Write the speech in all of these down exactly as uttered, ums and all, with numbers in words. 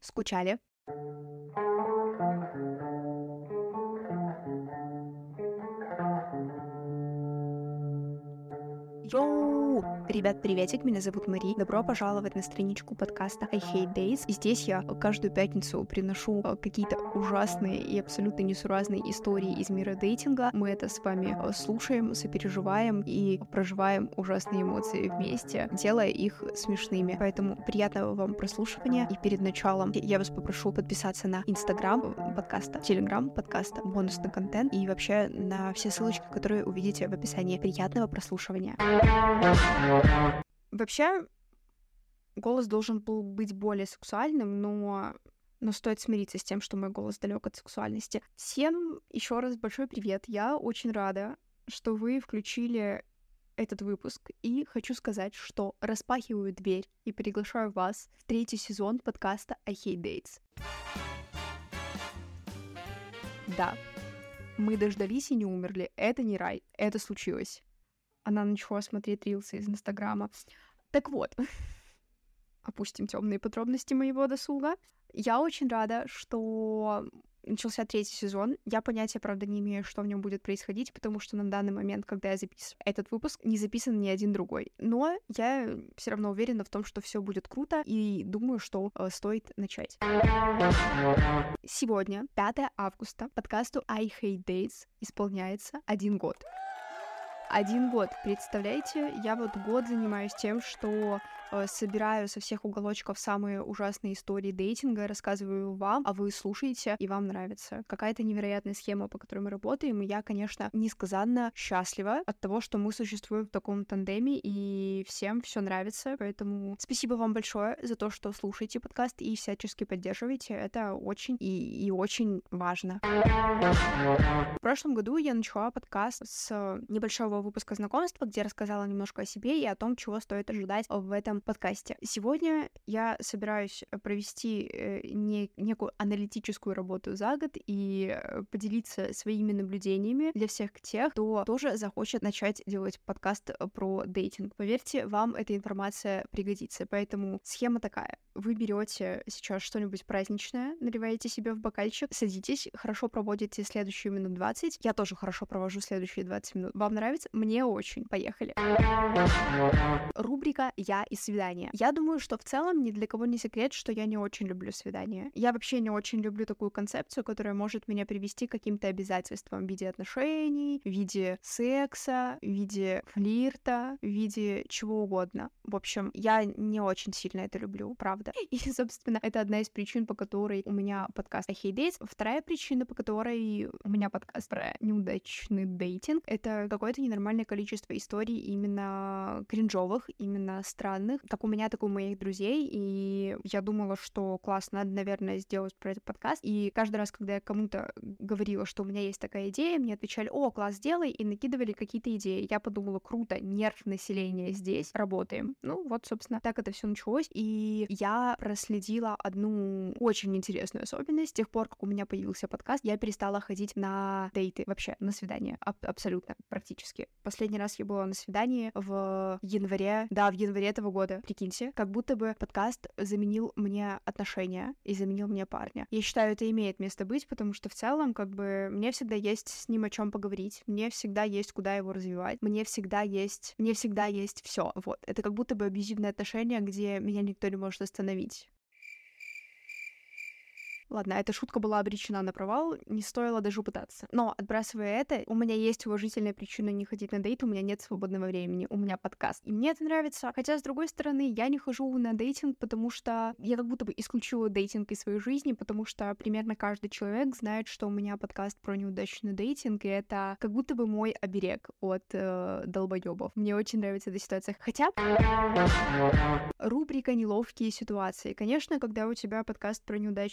Скучали? Йоу! Ребят, приветик, меня зовут Мари. Добро пожаловать на страничку подкаста I Hate Dates. И здесь я каждую пятницу приношу какие-то ужасные и абсолютно несуразные истории из мира дейтинга. Мы это с вами слушаем, сопереживаем и проживаем ужасные эмоции вместе, делая их смешными. Поэтому приятного вам прослушивания. И перед началом я вас попрошу подписаться на Инстаграм подкаста, Телеграм подкаста, бонусный контент и вообще на все ссылочки, которые увидите в описании. Приятного прослушивания. Вообще, голос должен был быть более сексуальным, но, но стоит смириться с тем, что мой голос далек от сексуальности. Всем еще раз большой привет. Я очень рада, что вы включили этот выпуск, и хочу сказать, что распахиваю дверь и приглашаю вас в третий сезон подкаста I Hate Dates. Да, мы дождались и не умерли. Это не рай, это случилось. Она начала смотреть рилсы из Инстаграма. Так вот, опустим темные подробности моего досуга. Я очень рада, что начался третий сезон. Я понятия, правда, не имею, что в нем будет происходить, потому что на данный момент, когда я записываю этот выпуск, не записан ни один другой. Но я все равно уверена в том, что все будет круто, и думаю, что э, стоит начать. Сегодня, пятого августа, подкасту I Hate Dates исполняется один год. Один год, представляете? Я вот год занимаюсь тем, что э, собираю со всех уголочков самые ужасные истории дейтинга, рассказываю вам, а вы слушаете, и вам нравится. Какая-то невероятная схема, по которой мы работаем, и я, конечно, несказанно счастлива от того, что мы существуем в таком тандеме, и всем все нравится, поэтому спасибо вам большое за то, что слушаете подкаст и всячески поддерживаете, это очень и, и очень важно. В прошлом году я начала подкаст с небольшого выпуска знакомства, где рассказала немножко о себе и о том, чего стоит ожидать в этом подкасте. Сегодня я собираюсь провести э, не, некую аналитическую работу за год и поделиться своими наблюдениями для всех тех, кто тоже захочет начать делать подкаст про дейтинг. Поверьте, вам эта информация пригодится. Поэтому схема такая. Вы берете сейчас что-нибудь праздничное, наливаете себе в бокальчик, садитесь, хорошо проводите следующие минут двадцать. Я тоже хорошо провожу следующие двадцать минут. Вам нравится? Мне очень. Поехали. Рубрика «Я и свидания». Я думаю, что в целом ни для кого не секрет, что я не очень люблю свидания. Я вообще не очень люблю такую концепцию, которая может меня привести к каким-то обязательствам в виде отношений, в виде секса, в виде флирта, в виде чего угодно. В общем, я не очень сильно это люблю, правда. И, собственно, это одна из причин, по которой у меня подкаст I Hate Dates. Вторая причина, по которой у меня подкаст про неудачный дейтинг, это какое-то ненормальное количество историй именно кринжовых, именно странных, как у меня, так и у моих друзей, и я думала, что классно, надо, наверное, сделать про этот подкаст, и каждый раз, когда я кому-то говорила, что у меня есть такая идея, мне отвечали: о, класс, сделай, и накидывали какие-то идеи. Я подумала: круто, нерв населения здесь, работаем. Ну, вот, собственно, так это все началось, и я проследила одну очень интересную особенность. С тех пор, как у меня появился подкаст, я перестала ходить на дейты, вообще, на свидания, Аб- абсолютно, практически. Последний раз я была на свидании в январе, да, в январе этого года, прикиньте, как будто бы подкаст заменил мне отношения и заменил мне парня. Я считаю, это имеет место быть, потому что в целом, как бы, мне всегда есть с ним о чем поговорить, мне всегда есть куда его развивать, мне всегда есть, мне всегда есть все. Вот, это как будто бы абьюзивные отношения, где меня никто не может остановить. Ладно, эта шутка была обречена на провал, не стоило даже пытаться. Но, отбрасывая это, у меня есть уважительная причина не ходить на дейт, у меня нет свободного времени, у меня подкаст. И мне это нравится. Хотя, с другой стороны, я не хожу на дейтинг, потому что я как будто бы исключила дейтинг из своей жизни, потому что примерно каждый человек знает, что у меня подкаст про неудачный дейтинг, и это как будто бы мой оберег от э, долбоёбов. Мне очень нравится эта ситуация. Хотя рубрика «Неловкие ситуации». Конечно, когда у тебя подкаст про неудачный дейтинг,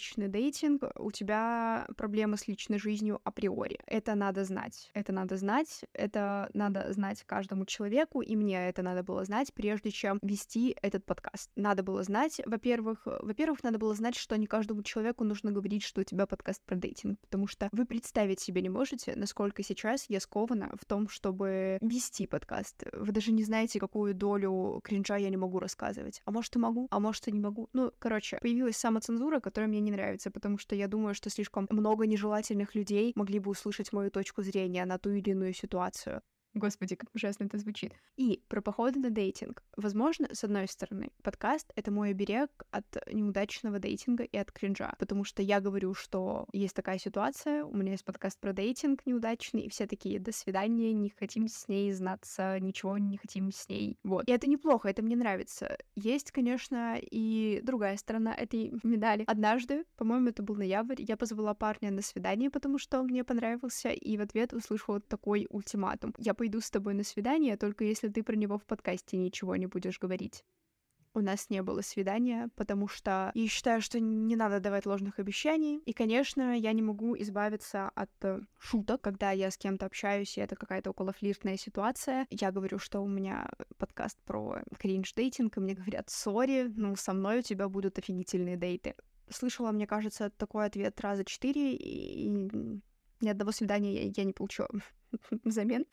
дейтинг, у тебя проблемы с личной жизнью априори. Это надо знать. Это надо знать. Это надо знать каждому человеку, и мне это надо было знать, прежде чем вести этот подкаст. Надо было знать, во-первых, во-первых, надо было знать, что не каждому человеку нужно говорить, что у тебя подкаст про дейтинг, потому что вы представить себе не можете, насколько сейчас я скована в том, чтобы вести подкаст. Вы даже не знаете, какую долю кринжа я не могу рассказывать. А может, и могу, а может, и не могу. Ну, короче, появилась самоцензура, которая мне не нравится, потому что я думаю, что слишком много нежелательных людей могли бы услышать мою точку зрения на ту или иную ситуацию. Господи, как ужасно это звучит. И про походы на дейтинг. Возможно, с одной стороны, подкаст — это мой оберег от неудачного дейтинга и от кринжа, потому что я говорю, что есть такая ситуация, у меня есть подкаст про дейтинг неудачный, и все такие: до свидания, не хотим с ней знаться, ничего не хотим с ней. Вот. И это неплохо, это мне нравится. Есть, конечно, и другая сторона этой медали. Однажды, по-моему, это был ноябрь, я позвала парня на свидание, потому что он мне понравился, и в ответ услышала такой ультиматум: я пойду с тобой на свидание, только если ты про него в подкасте ничего не будешь говорить. У нас не было свидания, потому что я считаю, что не надо давать ложных обещаний. И, конечно, я не могу избавиться от э, шуток, когда я с кем-то общаюсь, и это какая-то околофлиртная ситуация. Я говорю, что у меня подкаст про кринж-дейтинг, и мне говорят: сори, ну, со мной у тебя будут офигительные дейты. Слышала, мне кажется, такой ответ раза четыре, и ни одного свидания я, я не получила взамен.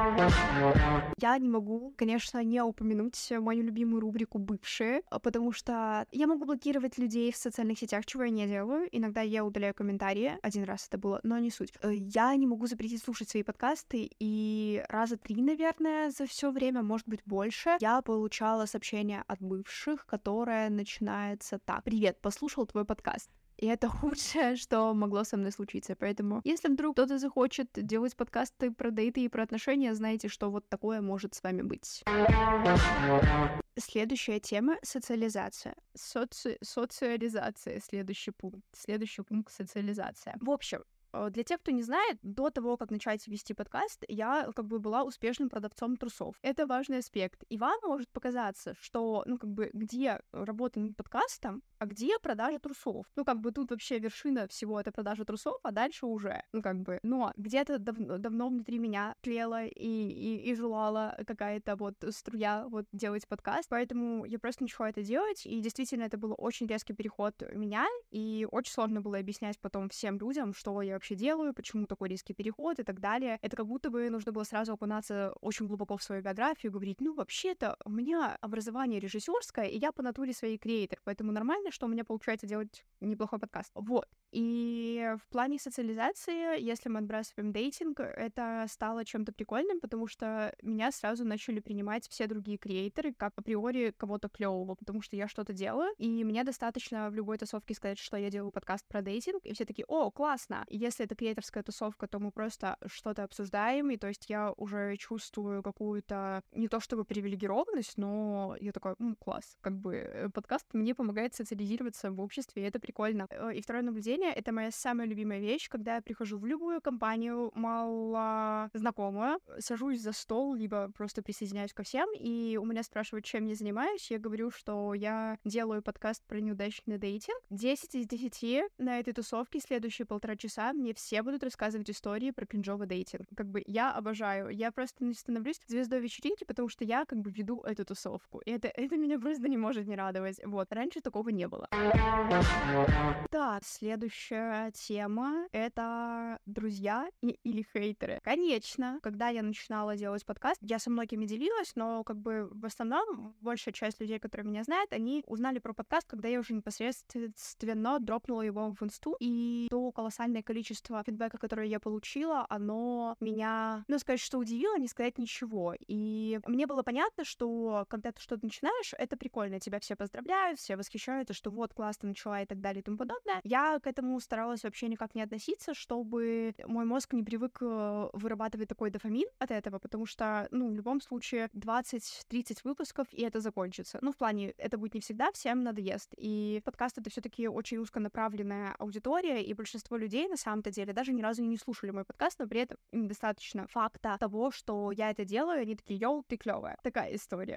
Я не могу, конечно, не упомянуть мою любимую рубрику «Бывшие», потому что я могу блокировать людей в социальных сетях, чего я не делаю. Иногда я удаляю комментарии. Один раз это было, но не суть. Я не могу запретить слушать свои подкасты, и раза три, наверное, за все время, может быть, больше, я получала сообщение от бывших, которое начинается так: «Привет, послушал твой подкаст». И это худшее, что могло со мной случиться. Поэтому, если вдруг кто-то захочет делать подкасты про дейты и про отношения, знайте, что вот такое может с вами быть. Следующая тема — социализация. Соци... Социализация — следующий пункт. Следующий пункт — социализация. В общем, для тех, кто не знает, до того, как начать вести подкаст, я как бы была успешным продавцом трусов. Это важный аспект. И вам может показаться, что, ну, как бы, где работа над подкастом, а где продажа трусов. Ну, как бы тут вообще вершина всего — это продажа трусов, а дальше уже, ну, как бы, но где-то дав- давно внутри меня тлела и, и, и желала какая-то вот струя вот делать подкаст, поэтому я просто начала это делать, и действительно это был очень резкий переход меня, и очень сложно было объяснять потом всем людям, что я вообще делаю, почему такой резкий переход и так далее. Это как будто бы нужно было сразу окунаться очень глубоко в свою биографию, говорить: ну, вообще-то у меня образование режиссерское, и я по натуре своей креатор, поэтому нормально, что у меня получается делать неплохой подкаст. Вот. И в плане социализации, если мы отбрасываем дейтинг, это стало чем-то прикольным, потому что меня сразу начали принимать все другие креаторы как априори кого-то клевого, потому что я что-то делаю, и мне достаточно в любой тусовке сказать, что я делаю подкаст про дейтинг, и все такие: о, классно. И если это креаторская тусовка, то мы просто что-то обсуждаем, и то есть я уже чувствую какую-то не то чтобы привилегированность, но я такая: ну, класс, как бы подкаст мне помогает социализироваться в обществе, и это прикольно. И второе наблюдение — это моя самая любимая вещь, когда я прихожу в любую компанию мало знакомую, сажусь за стол, либо просто присоединяюсь ко всем, и у меня спрашивают, чем я занимаюсь, я говорю, что я делаю подкаст про неудачный дейтинг. десять из десяти на этой тусовке следующие полтора часа мне все будут рассказывать истории про кринжовый дейтинг. Как бы я обожаю. Я просто не становлюсь звездой вечеринки, потому что я как бы веду эту тусовку. И это, это меня просто не может не радовать. Вот. Раньше такого не было. Так, следующая тема — это друзья и, или хейтеры. Конечно, когда я начинала делать подкаст, я со многими делилась, но как бы в основном большая часть людей, которые меня знают, они узнали про подкаст, когда я уже непосредственно дропнула его в инсту, и то колоссальное количество фидбэка, которое я получила, оно меня, ну, сказать, что удивило, не сказать ничего. И мне было понятно, что когда ты что-то начинаешь, это прикольно, тебя все поздравляют, все восхищаются, что вот, классно начала и так далее и тому подобное. Я к этому старалась вообще никак не относиться, чтобы мой мозг не привык вырабатывать такой дофамин от этого, потому что, ну, в любом случае двадцать-тридцать выпусков, и это закончится. Ну, в плане, это будет не всегда, всем надоест. И подкаст — это все-таки очень узконаправленная аудитория, и большинство людей, на самом-то деле, даже ни разу не слушали мой подкаст, но при этом им достаточно факта того, что я это делаю, они такие: йоу, ты клевая. Такая история.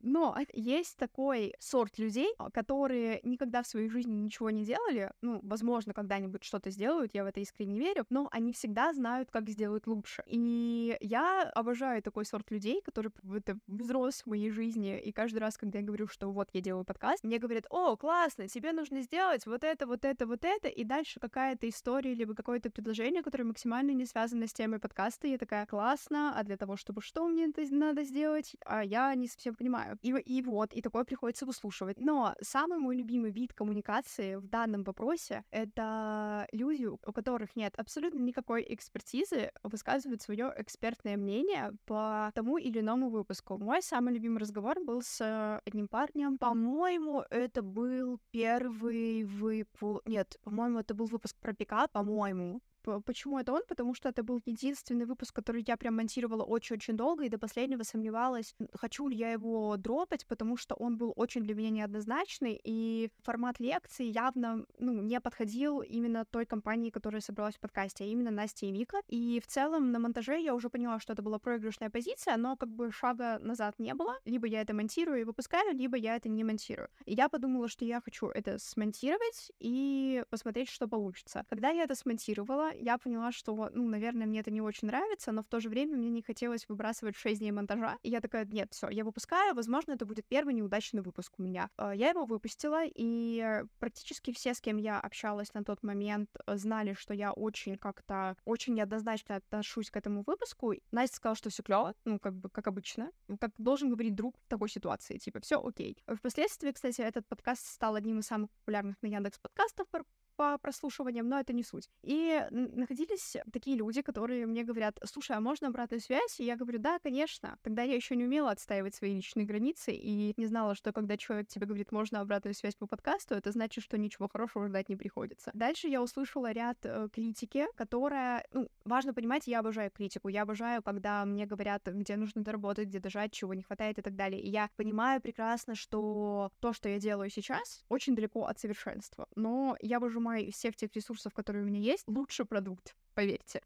Но есть такой сорт людей, которые никогда в своей жизни ничего не делали, ну, возможно, когда-нибудь что-то сделают, я в это искренне верю, но они всегда знают, как сделать лучше. И я обожаю такой сорт людей, который это взрос в моей жизни, и каждый раз, когда я говорю, что вот я делаю подкаст, мне говорят: о, классно, тебе нужно сделать вот это, вот это, вот это, и дальше какая-то история, либо какое-то предложение, которое максимально не связано с темой подкаста, и я такая: классно, а для того, чтобы что мне это надо сделать, а я не совсем понимаю. И, и вот, и такое приходится выслушивать. Но самый мой любимый вид коммуникации в данном вопросе — это люди, у которых нет абсолютно никакой экспертизы, высказывают свое экспертное мнение по тому или иному выпуску. Мой самый любимый разговор был с одним парнем. По-моему, это был первый выпуск... Нет, по-моему, это был выпуск про пикап, по-моему. Почему это он? Потому что это был единственный выпуск, который я прям монтировала очень-очень долго, и до последнего сомневалась, хочу ли я его дропать, потому что он был очень для меня неоднозначный, и формат лекции явно, ну, не подходил именно той компании, которая собралась в подкасте, а именно Настя и Вика. И в целом на монтаже я уже поняла, что это была проигрышная позиция, но как бы шага назад не было. Либо я это монтирую и выпускаю, либо я это не монтирую. И я подумала, что я хочу это смонтировать и посмотреть, что получится. Когда я это смонтировала, я поняла, что, ну, наверное, мне это не очень нравится, но в то же время мне не хотелось выбрасывать шесть дней монтажа. И я такая: нет, все, я выпускаю, возможно, это будет первый неудачный выпуск у меня. Я его выпустила, и практически все, с кем я общалась на тот момент, знали, что я очень как-то, очень неоднозначно отношусь к этому выпуску. Настя сказала, что все клево, ну, как бы, как обычно, как должен говорить друг в такой ситуации, типа, все окей. Впоследствии, кстати, этот подкаст стал одним из самых популярных на Яндекс.Подкастов по прослушиваниям, но это не суть. И находились такие люди, которые мне говорят: слушай, а можно обратную связь? И я говорю: да, конечно. Тогда я еще не умела отстаивать свои личные границы и не знала, что когда человек тебе говорит: можно обратную связь по подкасту, это значит, что ничего хорошего ждать не приходится. Дальше я услышала ряд э, критики, которая... Ну, важно понимать, я обожаю критику. Я обожаю, когда мне говорят, где нужно доработать, где дожать, чего не хватает и так далее. И я понимаю прекрасно, что то, что я делаю сейчас, очень далеко от совершенства. Но я выжимаю из всех тех ресурсов, которые у меня есть, лучший продукт, поверьте.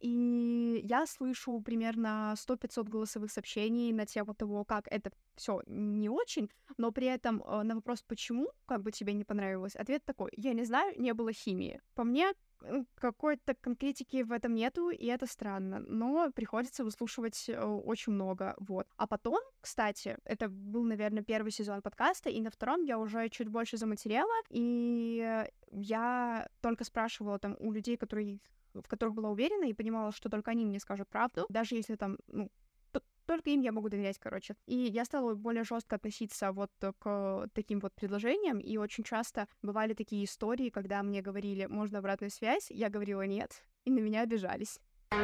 И я слышу примерно сто-пятьсот голосовых сообщений на тему того, как это все не очень, но при этом э, на вопрос, почему, как бы тебе не понравилось, ответ такой: я не знаю, не было химии. По мне, какой-то конкретики в этом нету, и это странно, но приходится выслушивать э, очень много, вот. А потом, кстати, это был, наверное, первый сезон подкаста, и на втором я уже чуть больше заматерела, и я только спрашивала там у людей, которые, в которых была уверена, и понимала, что только они мне скажут правду, даже если там, ну, только им я могу доверять, короче. И я стала более жестко относиться вот к таким вот предложениям, и очень часто бывали такие истории, когда мне говорили: можно обратную связь, я говорила нет, и на меня обижались.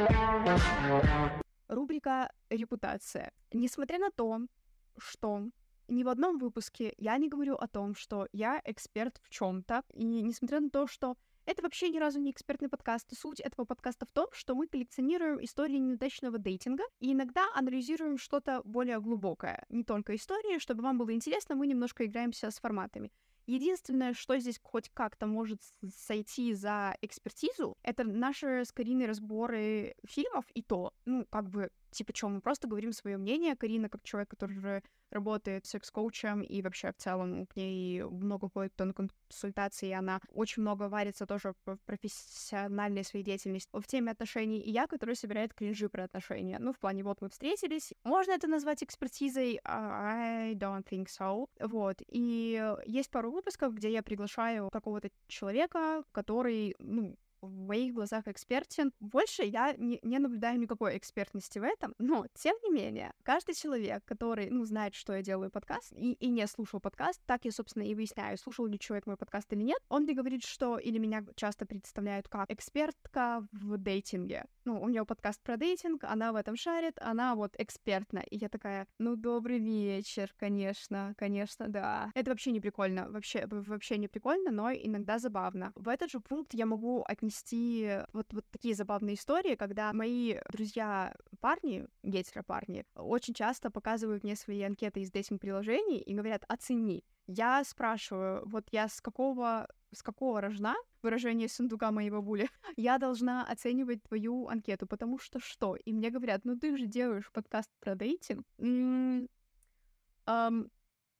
Рубрика «Репутация». Несмотря на то, что ни в одном выпуске я не говорю о том, что я эксперт в чем-то, и несмотря на то, что это вообще ни разу не экспертный подкаст. Суть этого подкаста в том, что мы коллекционируем истории неудачного дейтинга и иногда анализируем что-то более глубокое. Не только истории, чтобы вам было интересно, мы немножко играемся с форматами. Единственное, что здесь хоть как-то может сойти за экспертизу, это наши с Кариной разборы фильмов, и то, ну, как бы, типа, что, мы просто говорим свое мнение. Карина, как человек, который уже работает секс-коучем и вообще в целом к ней много ходит на консультации, и она очень много варится тоже в профессиональной своей деятельности в теме отношений, и я, которая собирает кринжи про отношения. Ну, в плане, вот мы встретились. Можно это назвать экспертизой? I don't think so. Вот. И есть пару выпусков, где я приглашаю какого-то человека, который, ну, в моих глазах экспертен. Больше я не, не наблюдаю никакой экспертности в этом, но, тем не менее, каждый человек, который, ну, знает, что я делаю подкаст, и, и не слушал подкаст, так я, собственно, и выясняю, слушал ли человек мой подкаст или нет, он мне говорит, что, или меня часто представляют как экспертка в дейтинге. Ну, у нее подкаст про дейтинг, она в этом шарит, она вот экспертна. И я такая: ну, добрый вечер, конечно, конечно, да. Это вообще не прикольно, вообще, вообще не прикольно, но иногда забавно. В этот же пункт я могу отнести вот, вот такие забавные истории, когда мои друзья-парни, гетеро-парни, очень часто показывают мне свои анкеты из дейтинг-приложений и говорят: оцени. Я спрашиваю: вот я с какого... с какого рожна, выражение сундука моей бабули, я должна оценивать твою анкету, потому что что? И мне говорят: ну ты же делаешь подкаст про дейтинг. М-м- эм,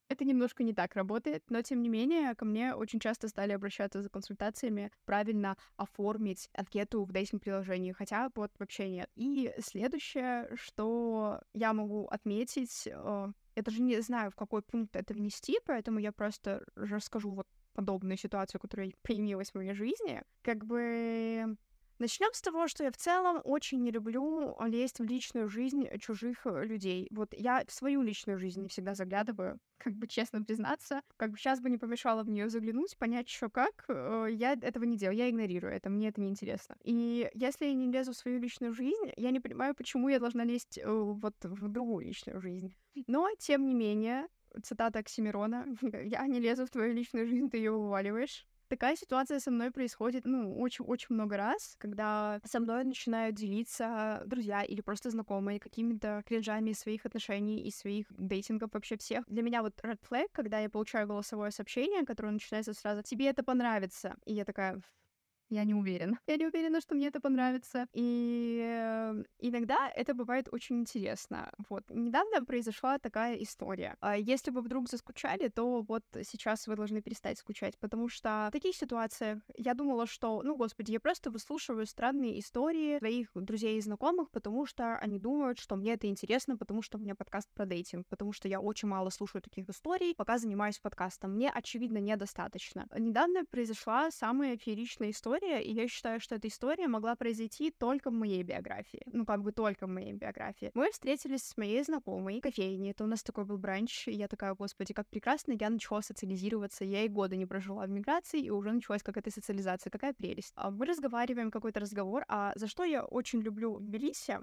Это немножко не так работает, но тем не менее ко мне очень часто стали обращаться за консультациями, правильно оформить анкету в дейтинг-приложении, хотя вот вообще нет. И следующее, что я могу отметить, э, я даже не знаю, в какой пункт это внести, поэтому я просто расскажу вот подобную ситуацию, которая появилась в моей жизни. Как бы начнем с того, что я в целом очень не люблю лезть в личную жизнь чужих э, людей. Вот я в свою личную жизнь не всегда заглядываю, как бы честно признаться. Как бы сейчас бы не помешало в нее заглянуть, понять, что как. э, Я этого не делаю, я игнорирую это, мне это неинтересно. И если я не лезу в свою личную жизнь, я не понимаю, почему я должна лезть э, вот в другую личную жизнь. Но, тем не менее, цитата Оксимирона, «Я не лезу в твою личную жизнь, ты ее вываливаешь». Такая ситуация со мной происходит, ну, очень-очень много раз, когда со мной начинают делиться друзья или просто знакомые какими-то кринжами из своих отношений и своих дейтингов вообще всех. Для меня вот red flag, когда я получаю голосовое сообщение, которое начинается сразу «Тебе это понравится». И я такая... Я не уверена. Я не уверена, что мне это понравится. И э, иногда это бывает очень интересно. Вот. Недавно произошла такая история. А если вы вдруг заскучали, то вот сейчас вы должны перестать скучать, потому что в таких ситуациях я думала, что, ну, господи, я просто выслушиваю странные истории своих друзей и знакомых, потому что они думают, что мне это интересно, потому что у меня подкаст про дейтинг, потому что я очень мало слушаю таких историй, пока занимаюсь подкастом. Мне, очевидно, недостаточно. Недавно произошла самая фееричная история, и я считаю, что эта история могла произойти только в моей биографии. Ну, как бы только в моей биографии. Мы встретились с моей знакомой в кофейне. Это у нас такой был бранч. И я такая, господи, как прекрасно. Я начала социализироваться. Я и года не прожила в миграции, и уже началась какая-то социализация. Какая прелесть. А мы разговариваем, какой-то разговор. А за что я очень люблю Тбилиси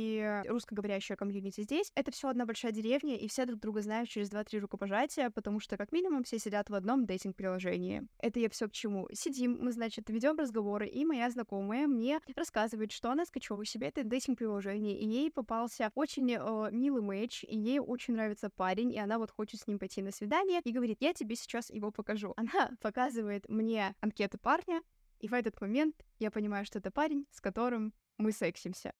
и русскоговорящая комьюнити здесь, это все одна большая деревня, и все друг друга знают через два-три рукопожатия, потому что, как минимум, все сидят в одном дейтинг-приложении. Это я все к чему? Сидим, мы, значит, ведем разговоры, и моя знакомая мне рассказывает, что она скачала себе это дейтинг-приложение, и ей попался очень э, милый матч, и ей очень нравится парень, и она вот хочет с ним пойти на свидание, и говорит, я тебе сейчас его покажу. Она показывает мне анкету парня, и в этот момент я понимаю, что это парень, с которым мы сексимся.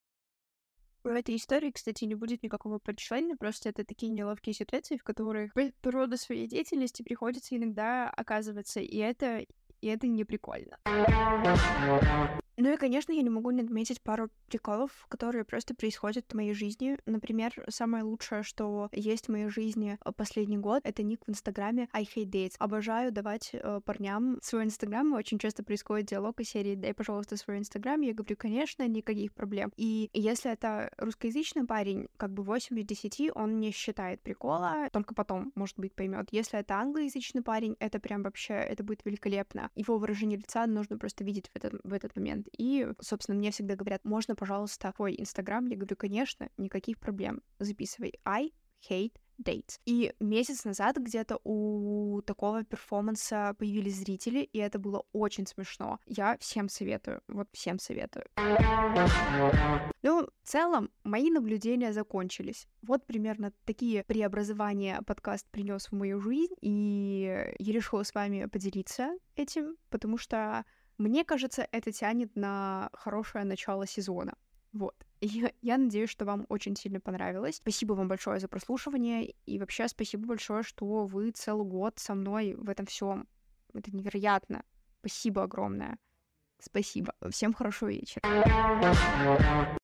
В этой истории, кстати, не будет никакого подчления, просто это такие неловкие ситуации, в которых по природе своей деятельности приходится иногда оказываться, и это, и это не прикольно. Ну и, конечно, я не могу не отметить пару приколов, которые просто происходят в моей жизни. Например, самое лучшее, что есть в моей жизни последний год, это ник в Инстаграме I hate dates. Обожаю давать э, парням свой Инстаграм, и очень часто происходит диалог из серии «Дай, пожалуйста, свой Инстаграм». Я говорю, конечно, никаких проблем. И если это русскоязычный парень, как бы восемь из десяти он не считает прикола, только потом, может быть, поймет. Если это англоязычный парень, это прям вообще, это будет великолепно. Его выражение лица нужно просто видеть в этот, в этот момент. И, собственно, мне всегда говорят, можно, пожалуйста, твой Инстаграм? Я говорю, конечно, никаких проблем. Записывай. I hate dates. И месяц назад где-то у такого перформанса появились зрители, и это было очень смешно. Я всем советую, вот всем советую. Ну, в целом, мои наблюдения закончились. Вот примерно такие преобразования подкаст принес в мою жизнь, и я решила с вами поделиться этим, потому что мне кажется, это тянет на хорошее начало сезона. Вот. И я надеюсь, что вам очень сильно понравилось. Спасибо вам большое за прослушивание. И вообще спасибо большое, что вы целый год со мной в этом всем. Это невероятно. Спасибо огромное. Спасибо. Всем хорошего вечера.